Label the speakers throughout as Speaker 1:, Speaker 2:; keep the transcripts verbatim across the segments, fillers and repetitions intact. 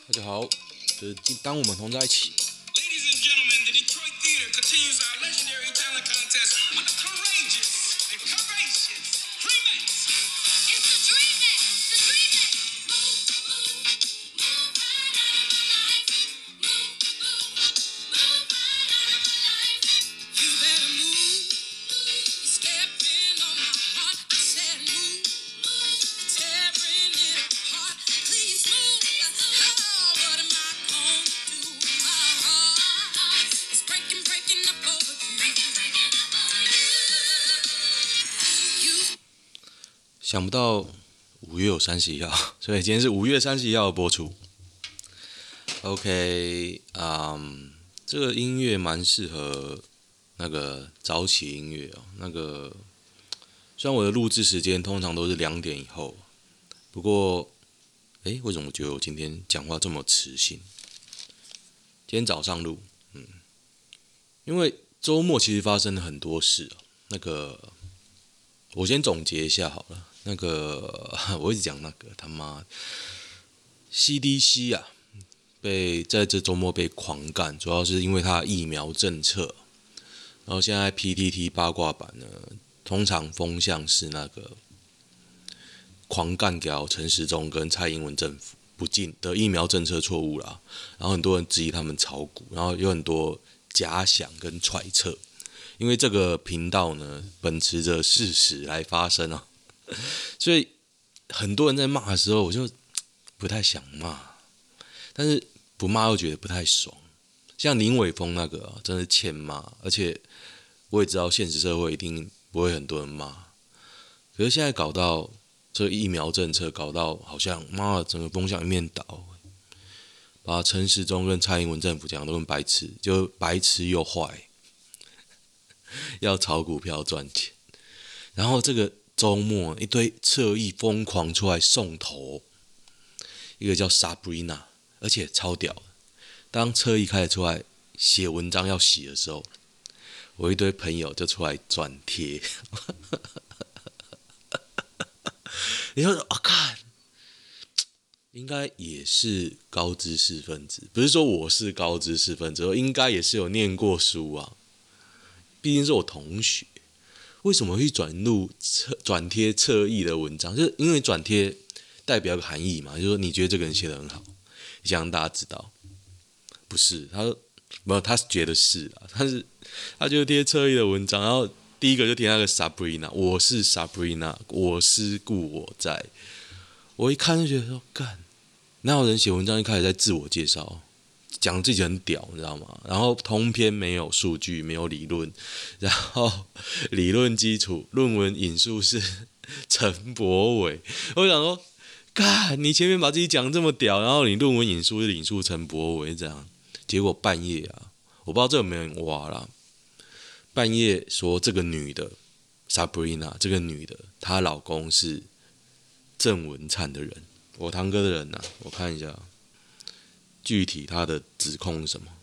Speaker 1: 大家好，这是当我们同在一起。
Speaker 2: Ladies and gentlemen, the Detroit Theater continues our legendary talent contest with the courageous and curvaceous Dreamettes.
Speaker 3: It's the Dreamettes, the Dreamettes. Move, move, move right out of my life. Move, move, move right out of my life.
Speaker 2: You better move. You're stepping on my heart. I said move, move, tearing it apart. Please move. Oh, what am I gonna do? My heart is breaking, breaking up over you. You
Speaker 1: 想不到五月有三十一号，所以今天是五月三十一号的播出。OK， 嗯，这个音乐蛮适合那个早起音乐哦。那个虽然我的录制时间通常都是两点以后，不过，诶，为什么我觉得我今天讲话这么磁性？今天早上录，嗯，因为周末其实发生了很多事哦。那个，我先总结一下好了。那个，我一直讲那个他妈 C D C 啊，被在这周末被狂干，主要是因为它疫苗政策。然后现在 P T T 八卦版呢，通常风向是那个狂干掉陈时中跟蔡英文政府不进的疫苗政策错误啦。然后很多人质疑他们炒股，然后有很多假想跟揣测。因为这个频道呢，秉持着事实来发声啊。所以很多人在骂的时候，我就不太想骂，但是不骂又觉得不太爽。像林伟峰那个、啊、真的欠骂，而且我也知道现实社会一定不会很多人骂，可是现在搞到这个疫苗政策，搞到好像妈的整个风向一面倒，把陈时中跟蔡英文政府讲的都跟白痴，就白痴又坏，要炒股票赚钱，然后这个。周末一堆侧翼疯狂出来送头，一个叫 Sabrina， 而且超屌的。当侧翼开始出来写文章要洗的时候，我一堆朋友就出来转贴。你说啊，看，应该也是高知识分子，不是说我是高知识分子，应该也是有念过书啊，毕竟是我同学。为什么会转入转贴侧翼的文章？就是因为转贴代表一个含义嘛，就是说你觉得这个人写得很好，想让大家知道，不是他说没有，他觉得是啊，他是他就贴侧翼的文章，然后第一个就贴那个 Sabrina， 我是 Sabrina， 我思故我在。我一看就觉得说，干，哪有人写文章一开始在自我介绍？讲自己很屌，你知道吗？然后通篇没有数据，没有理论，然后理论基础，论文引述是陈柏伟。我想说，干，你前面把自己讲这么屌，然后你论文引述是引述陈柏伟这样，结果半夜啊，我不知道这有没有人挖啦。半夜说这个女的 Sabrina， 这个女的她老公是郑文灿的人，我堂哥的人啊，我看一下。具体他的指控是什么？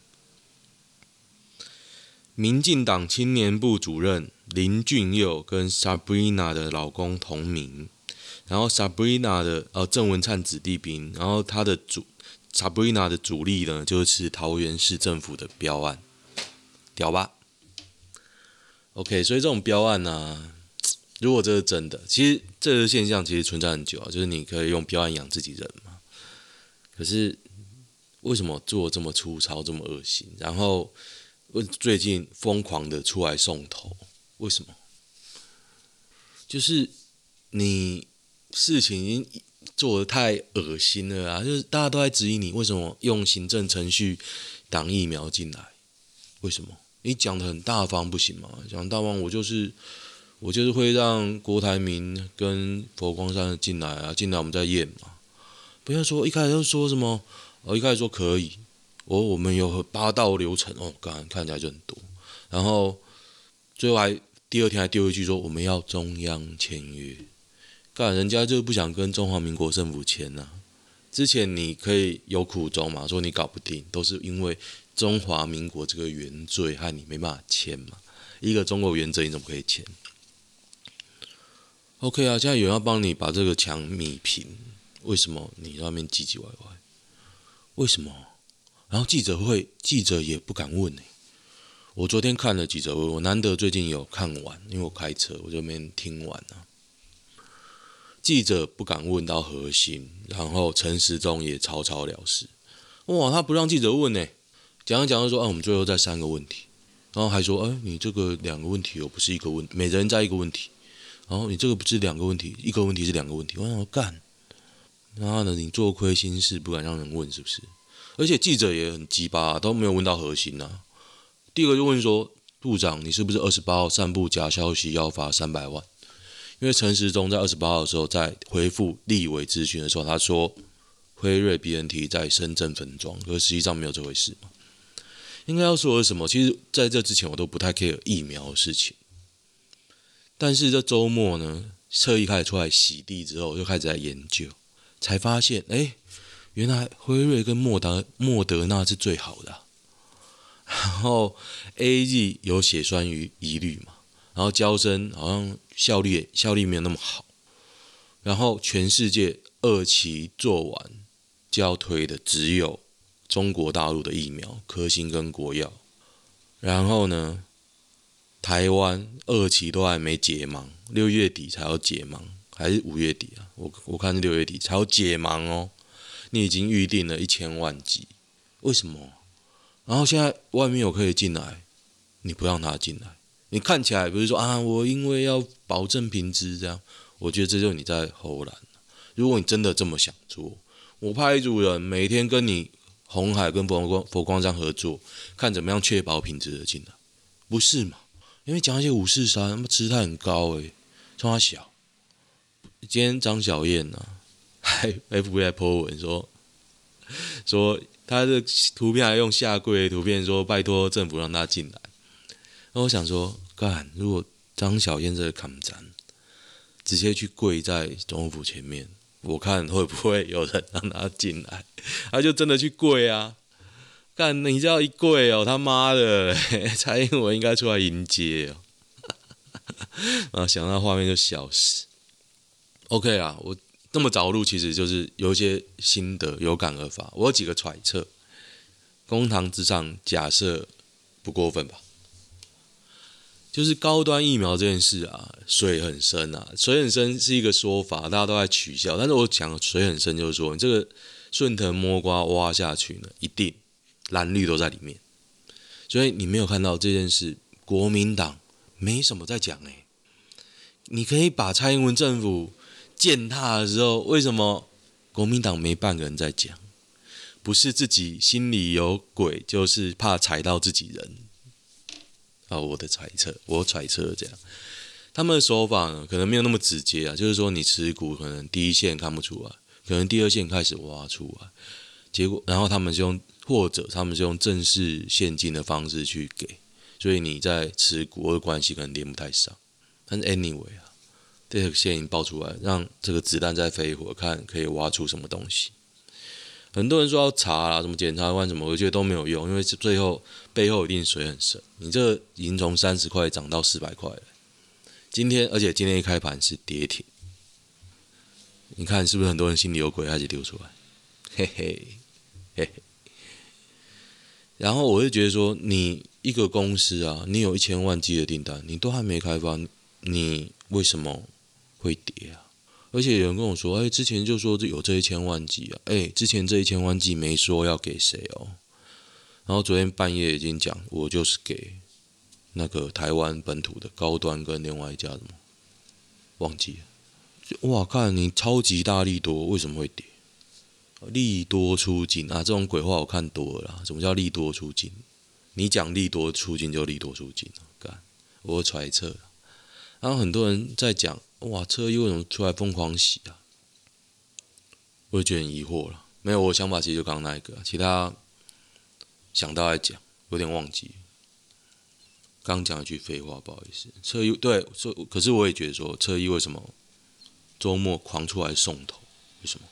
Speaker 1: 民进党青年部主任林俊佑跟 Sabrina 的老公同名，然后 Sabrina 的呃郑文灿子弟兵，然后他的主 Sabrina 的主力呢就是桃园市政府的标案，屌吧 ？OK， 所以这种标案呢、啊，如果这是真的，其实这个现象其实存在很久啊，就是你可以用标案养自己人嘛，可是。为什么做这么粗糙、这么恶心？然后最近疯狂的出来送头，为什么？就是你事情已经做得太恶心了啊！就是大家都在质疑你为什么用行政程序挡疫苗进来？为什么？你讲得很大方不行吗？讲大方，我就是我就是会让郭台铭跟佛光山进来啊，进来我们再验嘛。不要说一开始就说什么。我一开始说可以，我我们有八道流程哦，看看起来就很多，然后最后还第二天还丢一句说我们要中央签约，干人家就不想跟中华民国政府签啊。之前你可以有苦衷嘛，说你搞不定，都是因为中华民国这个原罪害你没办法签嘛。一个中国原则你怎么可以签 ？OK 啊，现在有人要帮你把这个墙弭平，为什么你在那边唧唧歪歪？ 为什么？然后记者会，记者也不敢问、欸、我昨天看了记者会，我难得最近有看完，因为我开车，我就没听完啊。记者不敢问到核心，然后陈时中也草草了事。哇，他不让记者问呢、欸，讲一讲就说，啊，我们最后再三个问题，然后还说，哎，你这个两个问题又不是一个问题，每人在一个问题，然后你这个不是两个问题，一个问题是两个问题，我想干，然后呢，你做亏心事不敢让人问是不是？而且记者也很鸡巴，都没有问到核心啊。第一个就问说，部长，你是不是二十八号散布假消息要罚三百万？因为陈时中在二十八号的时候，在回复立委咨询的时候，他说辉瑞 B N T 在深圳分装，可实际上没有这回事嘛。应该要说的是什么？其实在这之前我都不太 care 疫苗的事情，但是这周末呢，侧翼开始出来洗地之后，我就开始在研究，才发现，哎，原来辉瑞跟莫德莫德纳是最好的、啊，然后 A Z 有血栓疑疑虑嘛，然后嬌生好像效率效率没有那么好，然后全世界二期做完就要推的只有中国大陆的疫苗，科兴跟国药，然后呢，台湾二期都还没解盲，六月底才要解盲，还是五月底啊？我我看是六月底才要解盲哦。你已经预定了一千万剂，为什么？然后现在外面有可以进来，你不让他进来，你看起来不是说啊，我因为要保证品质这样，我觉得这就是你在偷懒。如果你真的这么想做，我派一组人每天跟你鸿海跟佛光佛光山合作，看怎么样确保品质的进来，不是嘛？因为讲一些五四三，他妈姿态很高诶、欸，冲他小。今天张小燕啊，还 F B I po 文说说他的图片还用下跪的图片说拜托政府让他进来。那我想说，干，如果张小燕这个抗战直接去跪在总统府前面，我看会不会有人让他进来？他就真的去跪啊！干，你这样一跪哦，他妈的，蔡英文应该出来迎接哦。然后想到画面就笑死。OK 啦，我这么早录其实就是有一些心得，有感而发。我有几个揣测，公堂之上假设不过分吧？就是高端疫苗这件事啊，水很深啊，水很深是一个说法，大家都在取笑。但是我讲水很深，就是说你这个顺藤摸瓜挖下去呢，一定蓝绿都在里面。所以你没有看到这件事，国民党没什么在讲哎、欸。你可以把蔡英文政府践踏的时候，为什么国民党没半个人在讲？不是自己心里有鬼，就是怕踩到自己人。啊，我的揣测，我揣测这样，他们的手法呢，可能没有那么直接啊，就是说你持股可能第一线看不出来，可能第二线开始挖出来，结果然后他们就用或者他们就用正式现金的方式去给，所以你在持股的关系可能连不太上。但是 anyway 啊，这个线已经爆出来，让这个子弹再飞一会儿，看可以挖出什么东西。很多人说要查啦，什么检察官什么，我觉得都没有用，因为最后背后一定水很深。你这个已经从三十块涨到四百块了，今天而且今天一开盘是跌停，你看是不是很多人心里有鬼开始丢出来？嘿嘿嘿嘿。然后我就觉得说，你一个公司啊，你有一千万剂的订单，你都还没开发，你为什么会跌啊？而且有人跟我说，哎，之前就说有这一千万剂啊，哎，之前这一千万剂没说要给谁哦。然后昨天半夜已经讲，我就是给那个台湾本土的高端跟另外一家什么，忘记了。哇，看你超级大利多，为什么会跌？利多出尽啊，这种鬼话我看多了啦。什么叫利多出尽？你讲利多出尽就利多出尽啊，干，我揣测。然后很多人在讲。哇，车衣为什么出来疯狂洗啊？我也觉得很疑惑了。没有，我的想法其实就刚刚那一个，其他想到再讲，有点忘记。刚讲一句废话，不好意思。车衣对，可是我也觉得说，车衣为什么周末狂出来送头？为什么？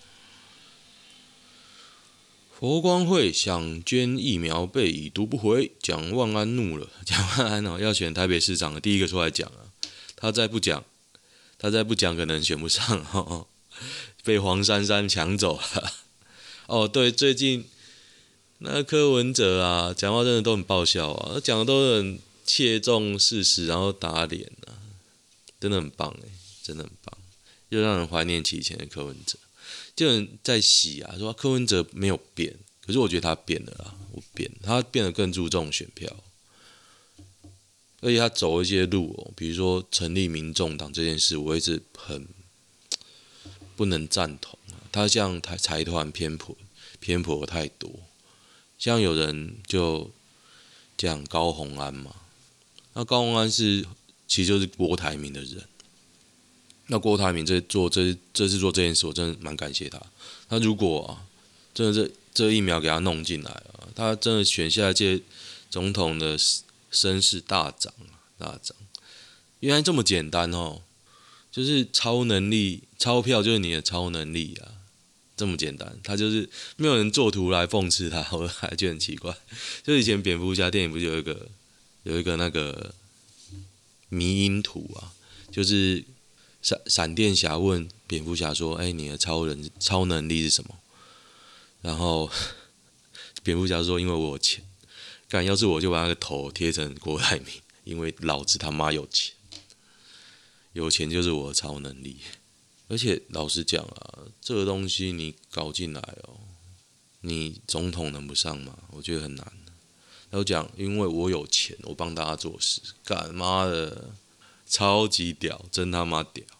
Speaker 1: 佛光会想捐疫苗被已读不回，蒋万安怒了。蒋万安哦，要选台北市长的第一个出来讲啊，他再不讲。他再不讲，可能选不上哦，被黄珊珊抢走了。 哦，对，最近那个柯文哲啊，讲话真的都很爆笑啊，他讲的都很切中事实，然后打脸啊，真的很棒哎，真的很棒，又让人怀念起以前的柯文哲。就有人在洗啊，说柯文哲没有变，可是我觉得他变了啦，我变，他变得更注重选票，而且他走一些路哦，比如说成立民众党这件事，我一直很不能赞同啊。他像财财团偏颇偏颇太多，像有人就讲高虹安嘛，那高虹安是其实就是郭台铭的人。那郭台铭这做这这次做这件事，我真的蛮感谢他。他如果啊，真的这这一秒给他弄进来啊，他真的选下一届总统的声势大涨啊，大涨。原来这么简单哦，就是超能力，钞票就是你的超能力啊，这么简单。他就是没有人做图来讽刺他，我还觉得很奇怪。就以前蝙蝠侠电影不是有一个有一个那个迷因图啊，就是。闪闪电侠问蝙蝠侠说：“哎，你的超人超能力是什么？”然后蝙蝠侠说：“因为我有钱。”干，要是我就把那个头贴成郭台铭，因为老子他妈有钱，有钱就是我的超能力。而且老实讲啊，这个东西你搞进来哦，你总统能不上吗？我觉得很难。然后讲，因为我有钱，我帮大家做事，干妈的。超级屌，真他妈屌！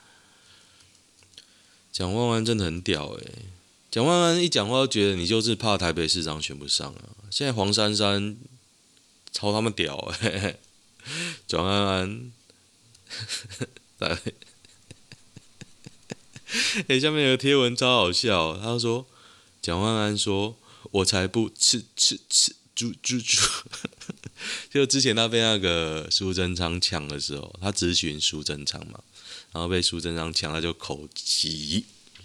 Speaker 1: 蒋万安真的很屌诶、欸，蒋万安一讲话就觉得你就是怕台北市长选不上啊。现在黄珊珊超他妈屌诶、欸，蒋万安，来，哎，下面有个贴文超好笑，他说蒋万安说：“我才不吃吃吃猪猪猪。”就之前他被那个苏贞昌抢的时候，他咨询苏贞昌嘛，然后被苏贞昌抢，他就口急。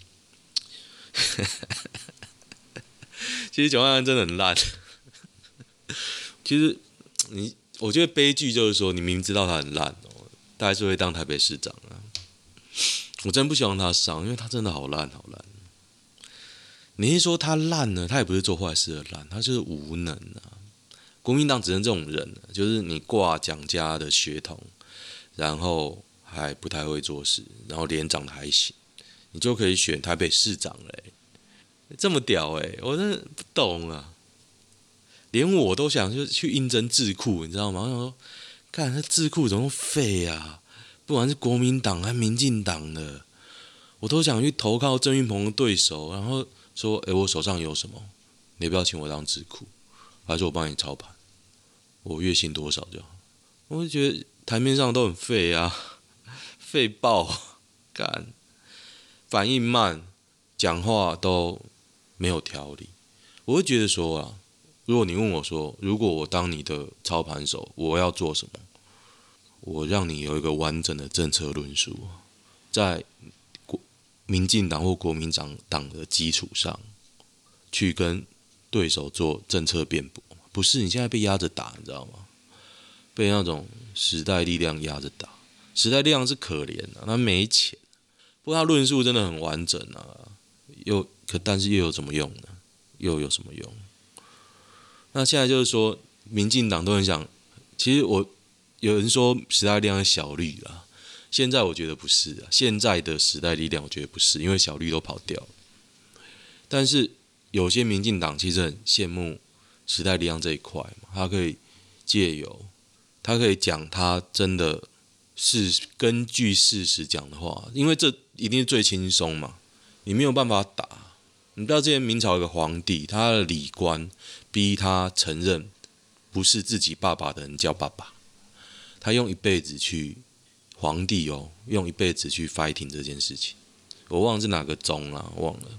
Speaker 1: 其实蒋万安真的很烂。其实你，我觉得悲剧就是说，你明明知道他很烂哦，他还是会当台北市长啊。我真不希望他上，因为他真的好烂好烂。你是说他烂呢？他也不是做坏事的烂，他就是无能啊。国民党只能这种人，就是你挂蒋家的血统，然后还不太会做事，然后脸长得还行，你就可以选台北市长嘞、欸，这么屌哎、欸！我真的不懂啊，连我都想就去应征智库，你知道吗？我想说，看他智库怎么废啊？不管是国民党还是民进党的，我都想去投靠郑运鹏的对手，然后说，哎、欸，我手上有什么？你不要请我当智库。还是我帮你操盘，我月薪多少就好。我就觉得台面上都很废啊，废爆，干，反应慢，讲话都没有条理。我会觉得说啊，如果你问我说，如果我当你的操盘手，我要做什么？我让你有一个完整的政策论述，在国民进党或国民党的基础上，去跟对手做政策辩驳，不是你现在被压着打，你知道吗？被那种时代力量压着打，时代力量是可怜啊，他没钱，不过他论述真的很完整啊，又可但是又有什么用呢？又有什么用？那现在就是说，民进党都很想，其实我有人说时代力量是小绿啦，现在我觉得不是啊，现在的时代力量我觉得不是，因为小绿都跑掉了，但是。有些民进党其实很羡慕时代力量这一块嘛，他可以借由，他可以讲他真的是根据事实讲的话，因为这一定是最轻松嘛，你没有办法打。你知道之前明朝有个皇帝，他的礼官逼他承认不是自己爸爸的人叫爸爸，他用一辈子去皇帝哦，用一辈子去 fighting 这件事情，我忘了是哪个宗啊，忘了。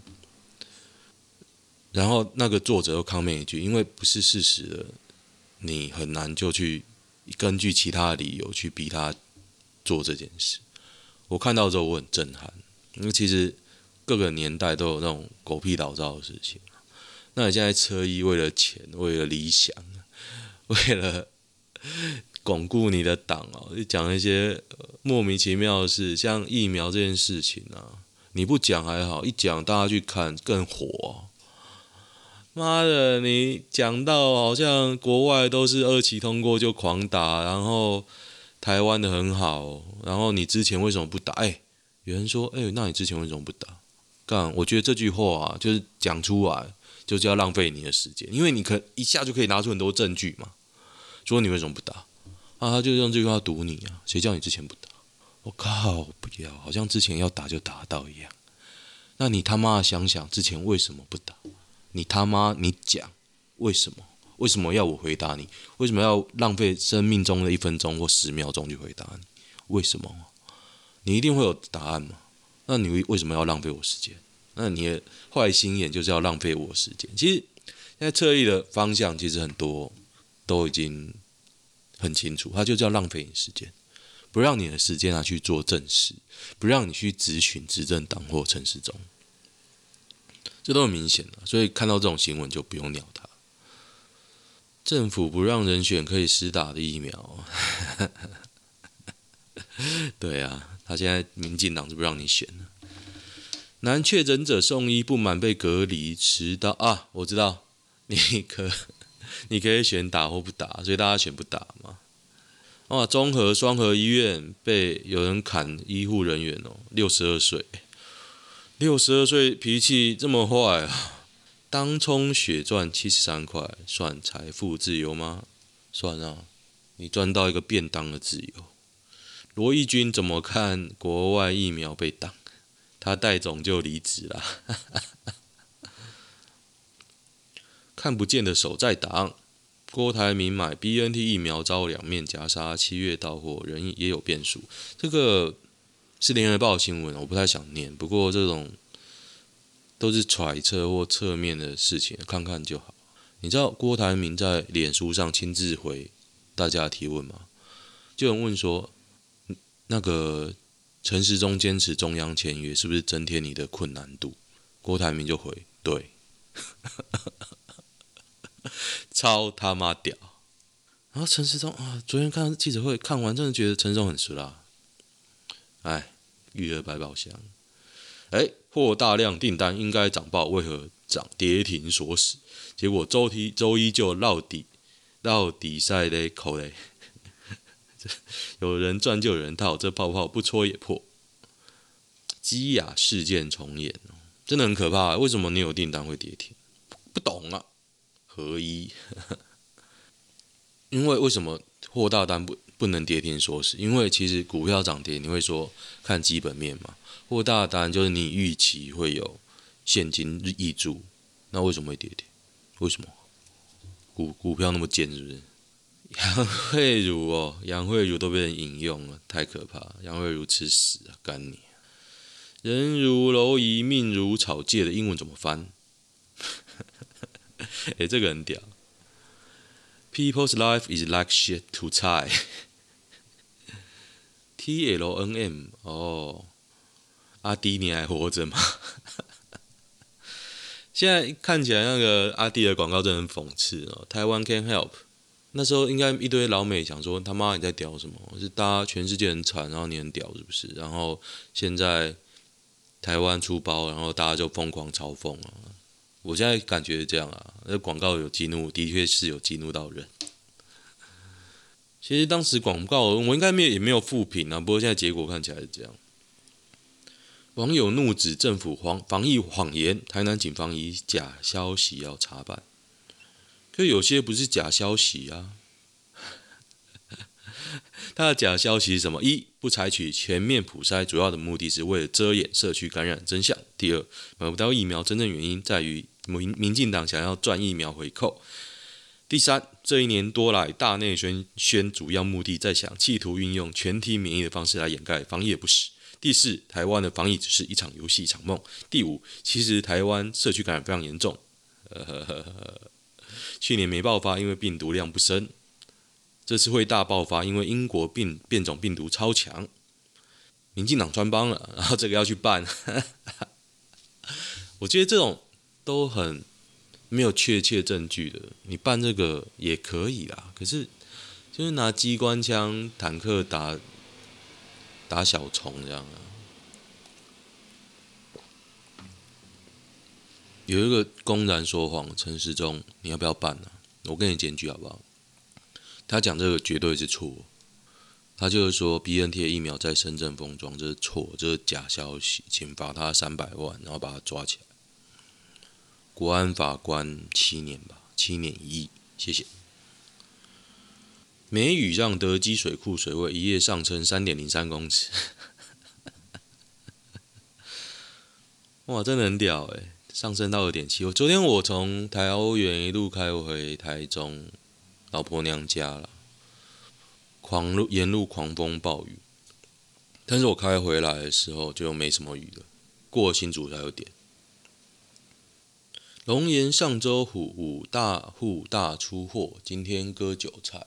Speaker 1: 然后那个作者又 comment 一句，因为不是事实的，你很难就去根据其他的理由去逼他做这件事。我看到之后我很震撼，因为其实各个年代都有那种狗屁倒灶的事情。那你现在车衣为了钱，为了理想，为了巩固你的党哦，就讲一些莫名其妙的事，像疫苗这件事情啊，你不讲还好，一讲大家去看更火、啊。 妈的，你讲到好像国外都是二期通过就狂打，然后台湾的很好，然后你之前为什么不打？哎、欸，有人说，哎、欸，那你之前为什么不打？干，我觉得这句话啊，就是讲出来就是要浪费你的时间，因为你可一下就可以拿出很多证据嘛，说你为什么不打啊？他就用这句话堵你啊，谁叫你之前不打？我靠，不要，好像之前要打就打到一样。那你他妈想想之前为什么不打？你他妈你讲为什么？为什么要我回答你？为什么要浪费生命中的一分钟或十秒钟去回答你？为什么？你一定会有答案嘛？那你为什么要浪费我时间？那你的坏心眼就是要浪费我时间。其实现在侧翼的方向其实很多都已经很清楚，它就叫浪费你时间，不让你的时间拿去做正事，不让你去咨询执政党或陈时中，这都很明显的。所以看到这种新闻就不用鸟他。政府不让人选可以施打的疫苗，对啊，他现在民进党是不让你选的。男确诊者送医不满被隔离，迟到啊！我知道，你可你可以选打或不打，所以大家选不打嘛。哇，中和双和医院被有人砍医护人员哦，六十二岁，六十二岁脾气这么坏啊！当冲血赚七十三块，算财富自由吗？算啊，你赚到一个便当的自由。罗义军怎么看国外疫苗被挡？他戴总就离职啦。看不见的手在挡。郭台铭买 B N T 疫苗遭两面夹杀，七月到货，人也有变数。这个是联合报新闻，我不太想念，不过这种都是揣测或侧面的事情，看看就好。你知道郭台铭在脸书上亲自回大家的提问吗？就有人问说，那个陈时中坚持中央签约，是不是增添你的困难度？郭台铭就回对，超他妈屌。然后陈时中啊，昨天看记者会看完，真的觉得陈时中很熟啦。哎，育儿百宝箱。哎，获大量订单应该涨爆，为何涨跌停锁死？结果周一周一就落底，落底赛嘞口嘞，有人赚就有人套，这泡泡不戳也破。基亚事件重演，真的很可怕。为什么你有订单会跌停？不懂啊，合一。因为为什么货大单不不能跌停锁死？因为其实股票涨跌，你会说看基本面嘛。货大单就是你预期会有现金挹注，那为什么会跌停？为什么？股股票那么贱是不是？杨慧茹哦，杨慧茹都被人引用了，太可怕！杨慧茹吃屎啊，干你！人如蝼蚁，命如草芥的英文怎么翻？哎、欸，这个很屌。People's life is like shit to 菜。T L N M 哦，阿弟你还活着吗？现在看起来那个阿弟的广告真的很讽刺哦。台湾 can help， 那时候应该一堆老美想说他妈你在屌什么？是大家全世界很惨，然后你很屌是不是？然后现在台湾出包，然后大家就疯狂嘲讽啊。我现在感觉这样啊，那广告有激怒，的确是有激怒到人。其实当时广告我应该没有也没有负评啊，不过现在结果看起来是这样。网友怒指政府防疫谎言，台南警方以假消息要查办，可有些不是假消息啊。他的假消息是什么？一、不采取全面普筛，主要的目的是为了遮掩社区感染真相。第二，买不到疫苗真正原因在于民民进党想要赚疫苗回扣。第三，这一年多来大内宣宣主要目的在想企图运用全体免疫的方式来掩盖防疫的不实。第四，台湾的防疫只是一场游戏一场梦。第五，其实台湾社区感染非常严重，呃呵呵呵去年没爆发，因为病毒量不深。这次会大爆发，因为英国变变种病毒超强，民进党穿帮了，然后这个要去办。我觉得这种都很没有确切证据的，你办这个也可以啦。可是就是拿机关枪、坦克打打小虫这样啊。 有一个公然说谎，陈时中，你要不要办啊？我跟你检举好不好？他讲这个绝对是错，他就是说 B N T 的疫苗在深圳封装，这是错，这是假消息，请罚他三百万，然后把他抓起来。国安法关七年吧，七年一亿，谢谢。梅雨让德基水库水位一夜上升三点零三公尺，哇，真的很屌哎、欸，上升到二点七。昨天我从台欧园一路开回台中，老婆娘家了，狂路沿路狂风暴雨，但是我开回来的时候就没什么雨了，过了新竹才有点。龙岩上周虎五大户大出货，今天割韭菜。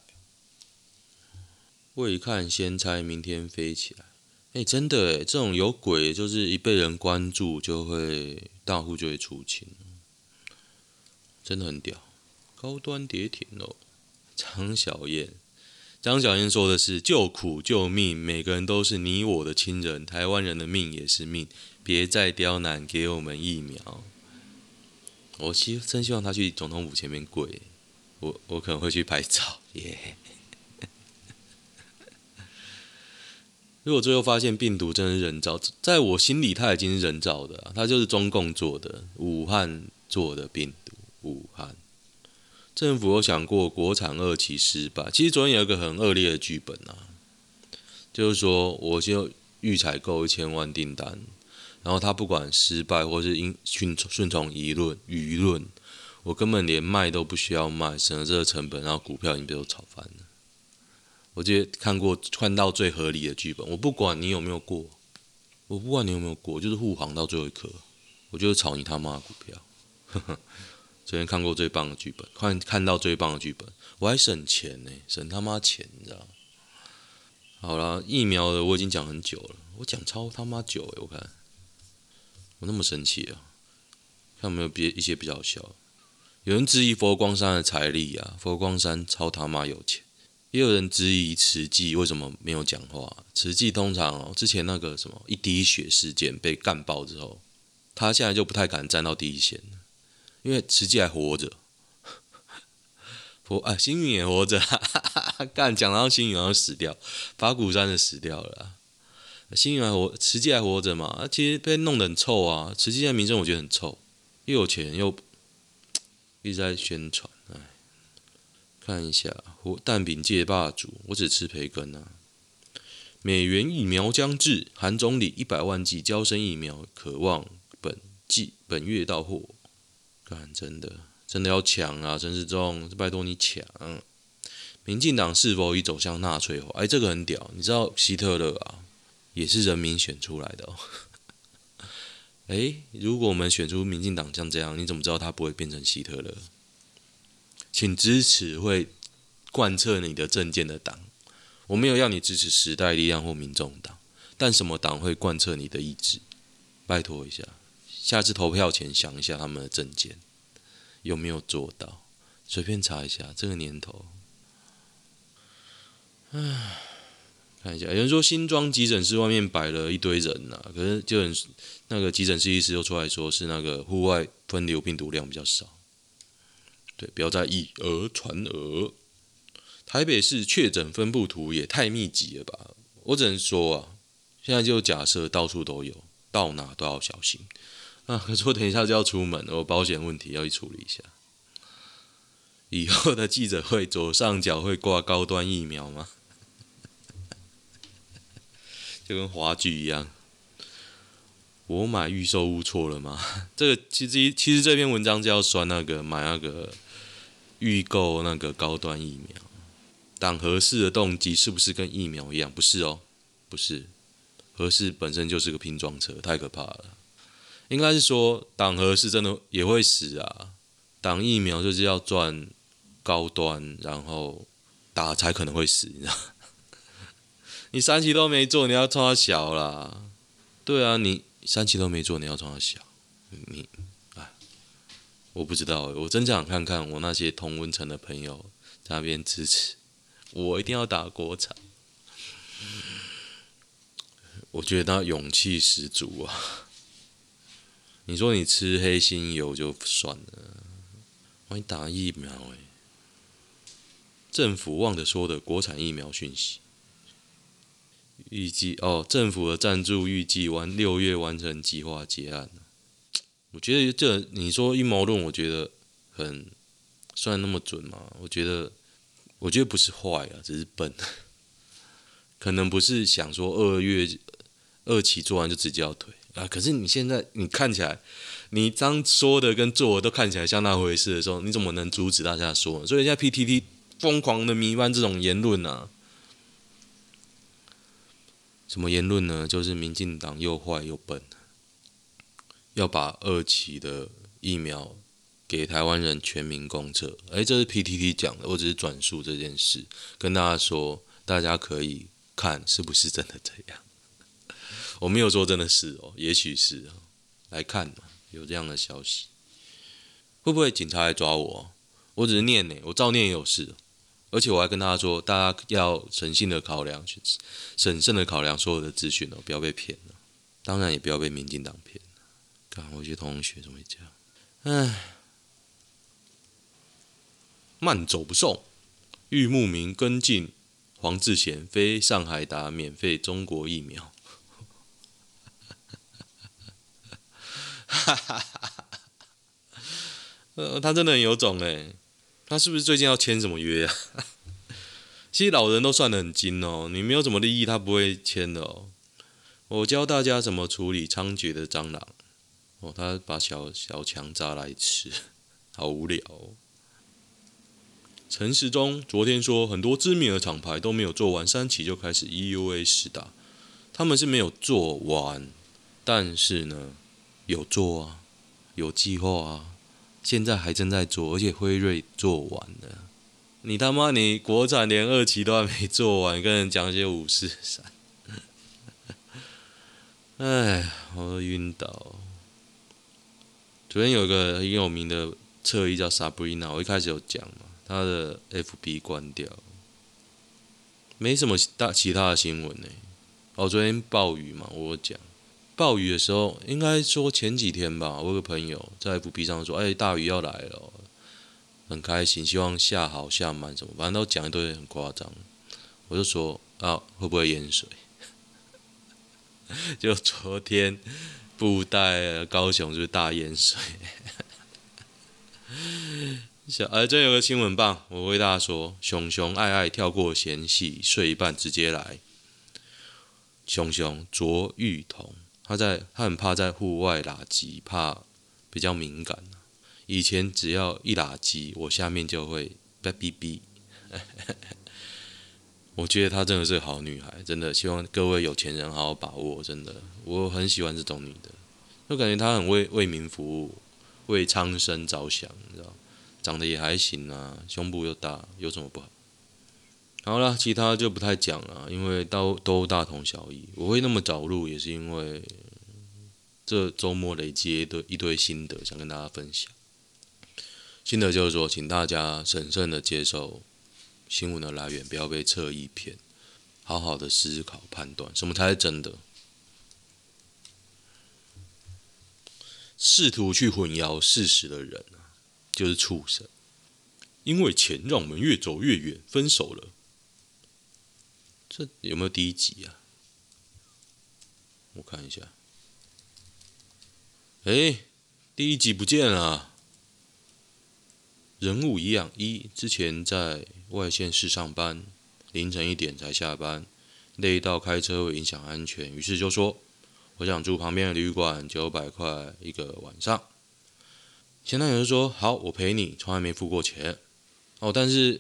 Speaker 1: 未看先猜，明天飞起来。哎、欸，真的哎，这种有鬼，就是一被人关注，就会大户就会出清，真的很屌。高端跌停哦。张小燕，张小燕说的是救苦救命，每个人都是你我的亲人，台湾人的命也是命，别再刁难，给我们疫苗。我希真希望他去总统府前面跪，我我可能会去拍照耶。Yeah 如果最后发现病毒真的是人造，在我心里它已经是人造的、啊，它就是中共做的，武汉做的病毒。武汉政府有想过国产二期失败，其实昨天有一个很恶劣的剧本啊，就是说我就预采购一千万订单，然后他不管失败或是因顺顺从舆论舆论，我根本连卖都不需要卖，省了这个成本，然后股票已经被我炒翻了。我觉得看过看到最合理的剧本，我不管你有没有过，我不管你有没有过，就是护航到最后一刻，我就是炒你他妈的股票。呵呵，昨天看过最棒的剧本，看看到最棒的剧本，我还省钱呢，省他妈钱，你知道？好啦，疫苗的我已经讲很久了，我讲超他妈久诶，我看我那么生气啊？看有没有别一些比较好笑？有人质疑佛光山的财力啊，佛光山超他妈有钱。也有人质疑慈济为什么没有讲话。慈济通常哦，之前那个什么一滴血事件被干爆之后，他现在就不太敢站到第一线了，因为慈济还活着，佛啊星云也活着，干讲到星云好像死掉，法鼓山的死掉了啦，星云还活，慈济还活着嘛？啊，其实被弄得很臭啊，慈济的名声我觉得很臭，又有钱又一直在宣传，哎。看一下，蛋饼界霸主，我只吃培根啊。美元疫苗将至，韩总理一百万剂交生疫苗，渴望本季本月到货。干，真的真的要抢啊！陈时中，拜托你抢。民进党是否已走向纳粹化？哎，这个很屌，你知道希特勒啊，也是人民选出来的哦。哎，如果我们选出民进党像这样，你怎么知道他不会变成希特勒？请支持会贯彻你的政见的党。我没有要你支持时代力量或民众党，但什么党会贯彻你的意志？拜托一下，下次投票前想一下他们的政见有没有做到。随便查一下，这个年头，唉，看一下，有人说新庄急诊室外面摆了一堆人呐、啊，可是就很那个急诊室医师又出来说是那个户外分流病毒量比较少。对，不要再以讹传讹。台北市确诊分布图也太密集了吧？我只能说啊，现在就假设到处都有，到哪都要小心啊。可是我等一下就要出门，我保险问题要去处理一下。以后的记者会左上角会挂高端疫苗吗？就跟华剧一样。我买预售屋错了吗？这个其实其实这篇文章就要酸那个买那个预购那个高端疫苗，党核四的动机是不是跟疫苗一样？不是哦，不是，核四本身就是个拼装车，太可怕了。应该是说党核四真的也会死啊，党疫苗就是要赚高端，然后打才可能会死，你知道？你三期都没做，你要冲他小啦。对啊，你三期都没做，你要冲他小，你哎，我不知道，我真想看看我那些同温层的朋友在那边支持，我一定要打国产。我觉得他勇气十足啊。 你说你吃黑心油就算了，我你打疫苗哎、欸，政府忘了说的国产疫苗讯息，预计哦，政府的赞助预计完六月完成计划结案。我觉得这你说阴谋论，我觉得很算那么准吗？我觉得我觉得不是坏啊，只是笨，可能不是想说二月二期做完就直接要推啊。可是你现在你看起来，你当说的跟做的都看起来像那回事的时候，你怎么能阻止大家说呢？所以现在 P T T 疯狂的弥漫这种言论啊。什么言论呢？就是民进党又坏又笨，要把二期的疫苗给台湾人全民公测。哎，这是 P T T 讲的，我只是转述这件事，跟大家说，大家可以看是不是真的这样。我没有说真的是哦，也许是哦，来看嘛，有这样的消息，会不会警察来抓我、哦？我只是念呢，我照念也有事。而且我还跟大家说，大家要诚信的考量，审慎的考量所有的资讯哦，不要被骗了。当然也不要被民进党骗了。看我一些同学怎么会这样？唉，慢走不送。玉木明跟进黄志贤飞上海打免费中国疫苗。呃，他真的很有种哎。他是不是最近要签什么约啊？其实老人都算得很精哦，你没有什么利益，他不会签的哦。我教大家怎么处理猖獗的蟑螂。哦，他把小小强炸来吃，好无聊哦。陈时中昨天说，很多知名的厂牌都没有做完三期就开始 E U A 施打，他们是没有做完，但是呢，有做啊，有计划啊。现在还正在做，而且辉瑞做完了。你他妈，你国产连二期都还没做完，跟人讲些五四三，哎，我都晕倒。昨天有一个很有名的侧翼叫 Sabrina， 我一开始有讲嘛，她的 F B 关掉，没什么大其他的新闻呢、欸。哦，昨天暴雨嘛，我有讲。暴雨的时候，应该说前几天吧，我有个朋友在 F B 上说：“哎、欸，大雨要来了、哦，很开心，希望下好下满什么，反正都讲一堆很夸张。”我就说：“啊，会不会淹水？”就昨天布袋高雄就是大淹水。小哎，这有个新闻棒，我为大家说：熊熊爱爱跳过嫌隙，睡一半直接来。熊熊卓玉彤。他在他很怕在户外拉鸡，怕比较敏感。以前只要一拉鸡，我下面就会哔哔哔。我觉得她真的是个好女孩，真的希望各位有钱人好好把握。真的，我很喜欢这种女的，就感觉她很为为民服务，为苍生着想，你知道？长得也还行啊，胸部又大，有什么不好？好了，其他就不太讲了，因为都都大同小异。我会那么早录，也是因为这周末累积一堆一堆心得，想跟大家分享。心得就是说，请大家审慎的接受新闻的来源，不要被侧翼骗，好好的思考判断，什么才是真的。试图去混淆事实的人啊，就是畜生。因为钱让我们越走越远，分手了。这有没有第一集啊？我看一下。哎，第一集不见了。人物一样，一之前在外县市上班，凌晨一点才下班，累到开车会影响安全，于是就说：“我想住旁边的旅馆，九百块一个晚上。”前男友就说：“好，我陪你，从来没付过钱。”哦，但是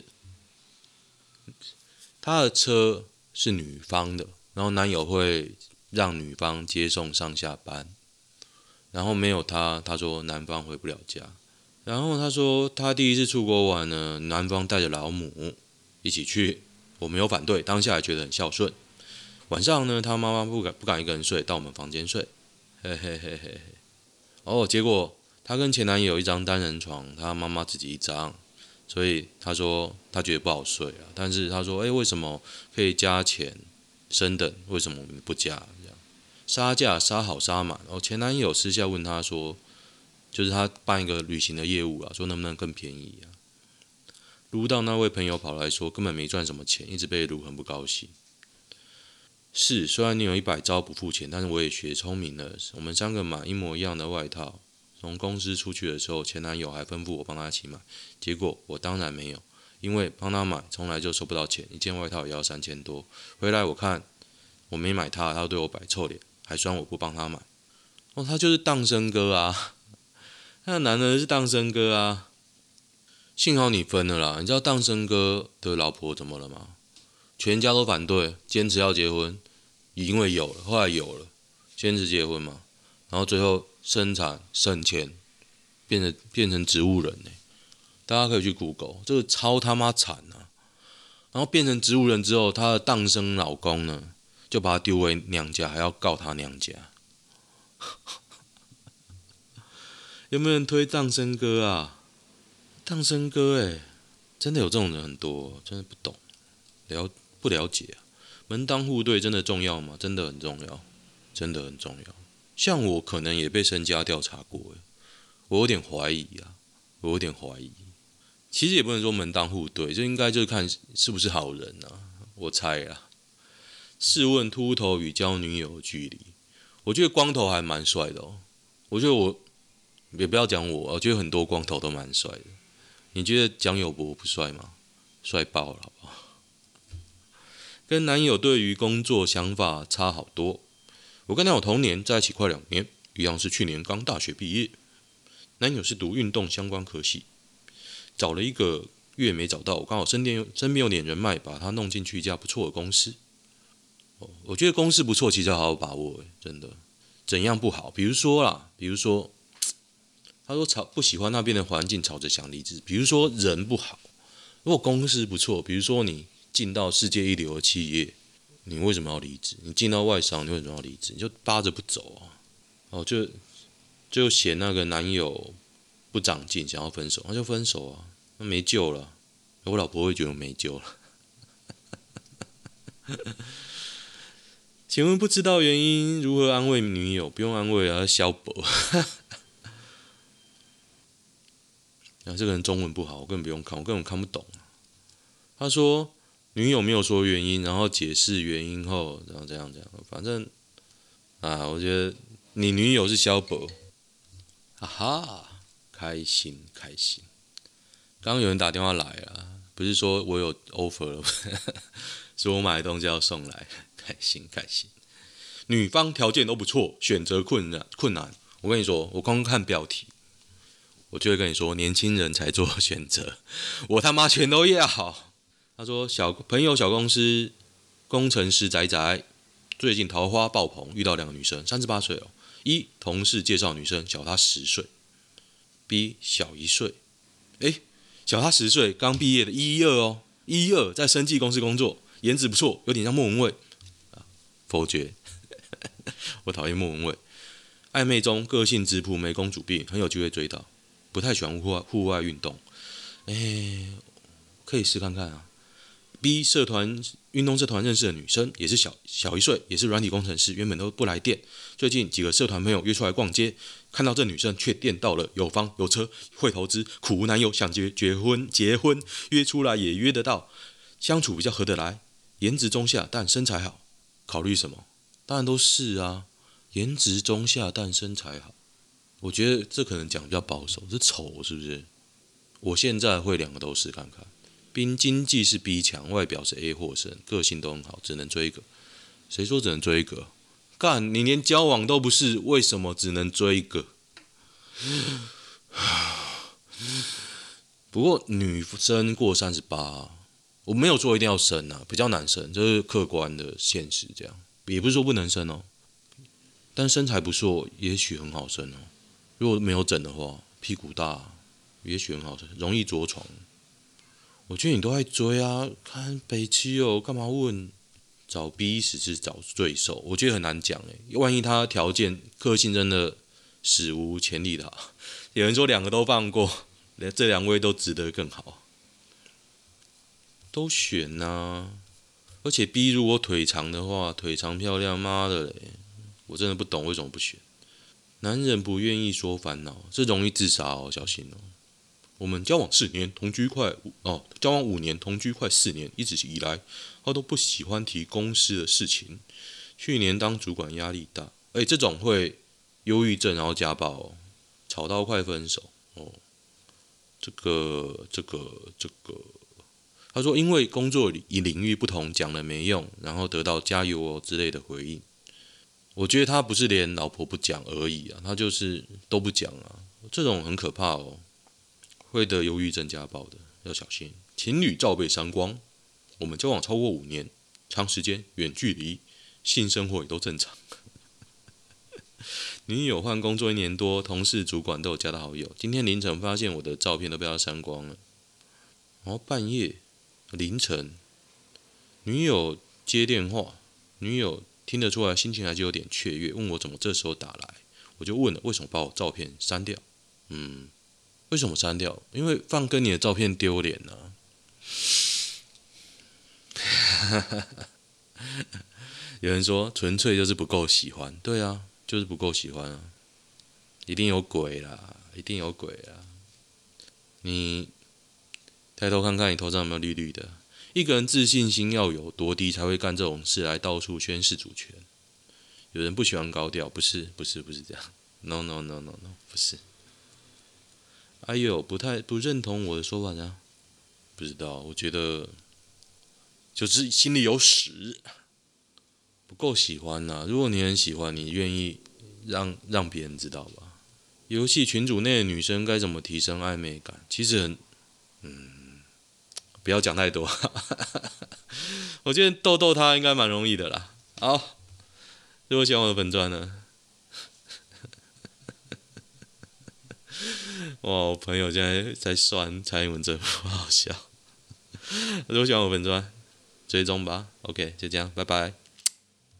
Speaker 1: 他的车是女方的，然后男友会让女方接送上下班，然后没有他，他说男方回不了家。然后他说他第一次出国玩呢，男方带着老母一起去，我没有反对，当下也觉得很孝顺。晚上呢，他妈妈不敢不敢一个人睡，到我们房间睡，嘿嘿嘿嘿嘿。哦，结果他跟前男友有一张单人床，他妈妈自己一张。所以他说他觉得不好睡啊，但是他说，哎，为什么可以加钱升等？为什么我们不加？这样， 杀价杀好杀满。哦，前男友私下问他说，就是他办一个旅行的业务啊，说能不能更便宜啊？撸到那位朋友跑来说，根本没赚什么钱，一直被撸，很不高兴。是，虽然你有一百招不付钱，但是我也学聪明了。我们三个买一模一样的外套，从公司出去的时候，前男友还吩咐我帮他一起买，结果我当然没有，因为帮他买从来就收不到钱，一件外套也要三千多。回来我看我没买他，他对我摆臭脸，还酸我不帮他买。哦，他就是荡生哥啊，那个男的是荡生哥啊。幸好你分了啦，你知道荡生哥的老婆怎么了吗？全家都反对，坚持要结婚，因为有了，后来有了，坚持结婚嘛，然后最后生产省钱，变成变成植物人呢。大家可以去 Google， 这个超他妈惨啊！然后变成植物人之后，她的荡生老公呢，就把她丢回娘家，还要告她娘家。有没有人推荡生哥啊？荡生哥哎、欸，真的有这种人很多，真的不懂，了不了解啊？门当户对真的重要吗？真的很重要，真的很重要。像我可能也被身家调查过，我有点怀疑啊，我有点怀疑。其实也不能说门当户对，这应该就是看是不是好人啊，我猜啦。试问秃头与交女友的距离，我觉得光头还蛮帅的哦。我觉得我也不要讲我，我觉得很多光头都蛮帅的。你觉得蒋友柏不帅吗？帅爆了，好不好？跟男友对于工作想法差好多。我跟男友同年，在一起快两年，一样是去年刚大学毕业。男友是读运动相关科系，找了一个月没找到，我刚好身边身边有点人脉，把他弄进去一家不错的公司。哦，我觉得公司不错，其实要好好把握，真的。怎样不好？比如说啦，比如说，他说吵不喜欢那边的环境，吵着想离职。比如说人不好，如果公司不错，比如说你进到世界一流的企业，你为什么要离职？你进到外商，你为什么要离职？你就扒着不走啊！哦，就就嫌那个男友不长进，想要分手，那就分手啊，那没救了。我老婆会觉得我没救了。请问不知道原因如何安慰女友？不用安慰啊，小宝。啊，这个人中文不好，我根本不用看，我根本看不懂。他说女友没有说原因，然后解释原因后，然后这样这样，反正啊，我觉得你女友是小宝，哈哈，开心开心。刚刚有人打电话来了，不是说我有 offer 了，说我买的东西要送来，开心开心。女方条件都不错，选择困难困难。我跟你说，我光看标题，我就会跟你说，年轻人才做选择，我他妈全都要。他说小朋友小公司工程师仔仔，最近桃花爆棚，遇到两个女生，三十八岁哦。一同事介绍女生小他十岁 ，B 小一岁，诶，小他十岁，刚毕业的一二哦，一二在生技公司工作，颜值不错，有点像莫文蔚，否决。我讨厌莫文蔚。暧昧中，个性直朴，没公主病，很有机会追到。不太喜欢户外户外运动，诶，可以试看看啊。B 社团运动社团认识的女生，也是小小一岁，也是软体工程师，原本都不来电。最近几个社团朋友约出来逛街，看到这女生却电到了，有房有车，会投资，苦无男友，想结结婚结婚，约出来也约得到，相处比较合得来，颜值中下，但身材好。考虑什么？当然都是啊，颜值中下但身材好。我觉得这可能讲比较保守，是丑是不是？我现在会两个都试看看。兵经济是 B 强，外表是 A 获胜，个性都很好，只能追一个。谁说只能追一个？干，你连交往都不是，为什么只能追一个？不过女生过三十八，我没有说一定要生啊，比较难生，这是客观的现实，这样也不是说不能生哦。但身材不错，也许很好生哦。如果没有整的话，屁股大，也许很好生，容易着床。我觉得你都在追啊，看北七哦，干嘛问？找 B 死是找罪受，我觉得很难讲诶。万一他条件、个性真的史无前例的好，有人说两个都放过，这两位都值得更好，都选啊。而且 B 如果腿长的话，腿长漂亮，妈的嘞， 我真的不懂为什么不选。男人不愿意说烦恼，这容易自杀哦，小心哦。我们交往四年，同居快哦，交往五年，同居快四年，一直以来他都不喜欢提公司的事情。去年当主管压力大，哎，这种会忧郁症，然后家暴哦，吵到快分手哦。这个这个这个，他说因为工作领域不同，讲了没用，然后得到加油哦之类的回应。我觉得他不是连老婆不讲而已啊，他就是都不讲啊，这种很可怕哦。会得忧郁症家暴的要小心。情侣照被删光，我们交往超过五年，长时间远距离，性生活也都正常。女友换工作一年多，同事主管都有加他好友。今天凌晨发现我的照片都被他删光了。然后半夜凌晨，女友接电话，女友听得出来心情还是有点雀跃，问我怎么这时候打来。我就问了为什么把我照片删掉。嗯。为什么删掉？因为放跟你的照片丢脸啊！有人说纯粹就是不够喜欢，对啊，就是不够喜欢啊，一定有鬼啦，一定有鬼啦！你抬头看看你头上有没有绿绿的？一个人自信心要有多低才会干这种事来到处宣示主权？有人不喜欢高调，不是，不是，不是这样 ，no no no no no， 不是。哎呦，不太不认同我的说法呢？不知道，我觉得就是心里有屎，不够喜欢呐、啊。如果你很喜欢，你愿意让让别人知道吧？游戏群组内的女生该怎么提升暧昧感？其实很，嗯，不要讲太多。我觉得逗逗她应该蛮容易的啦。好，如果喜欢我的粉专呢？哇，我朋友现在在酸蔡英文政府，好笑。如果喜欢我粉专，追踪吧。OK，就这样，拜拜。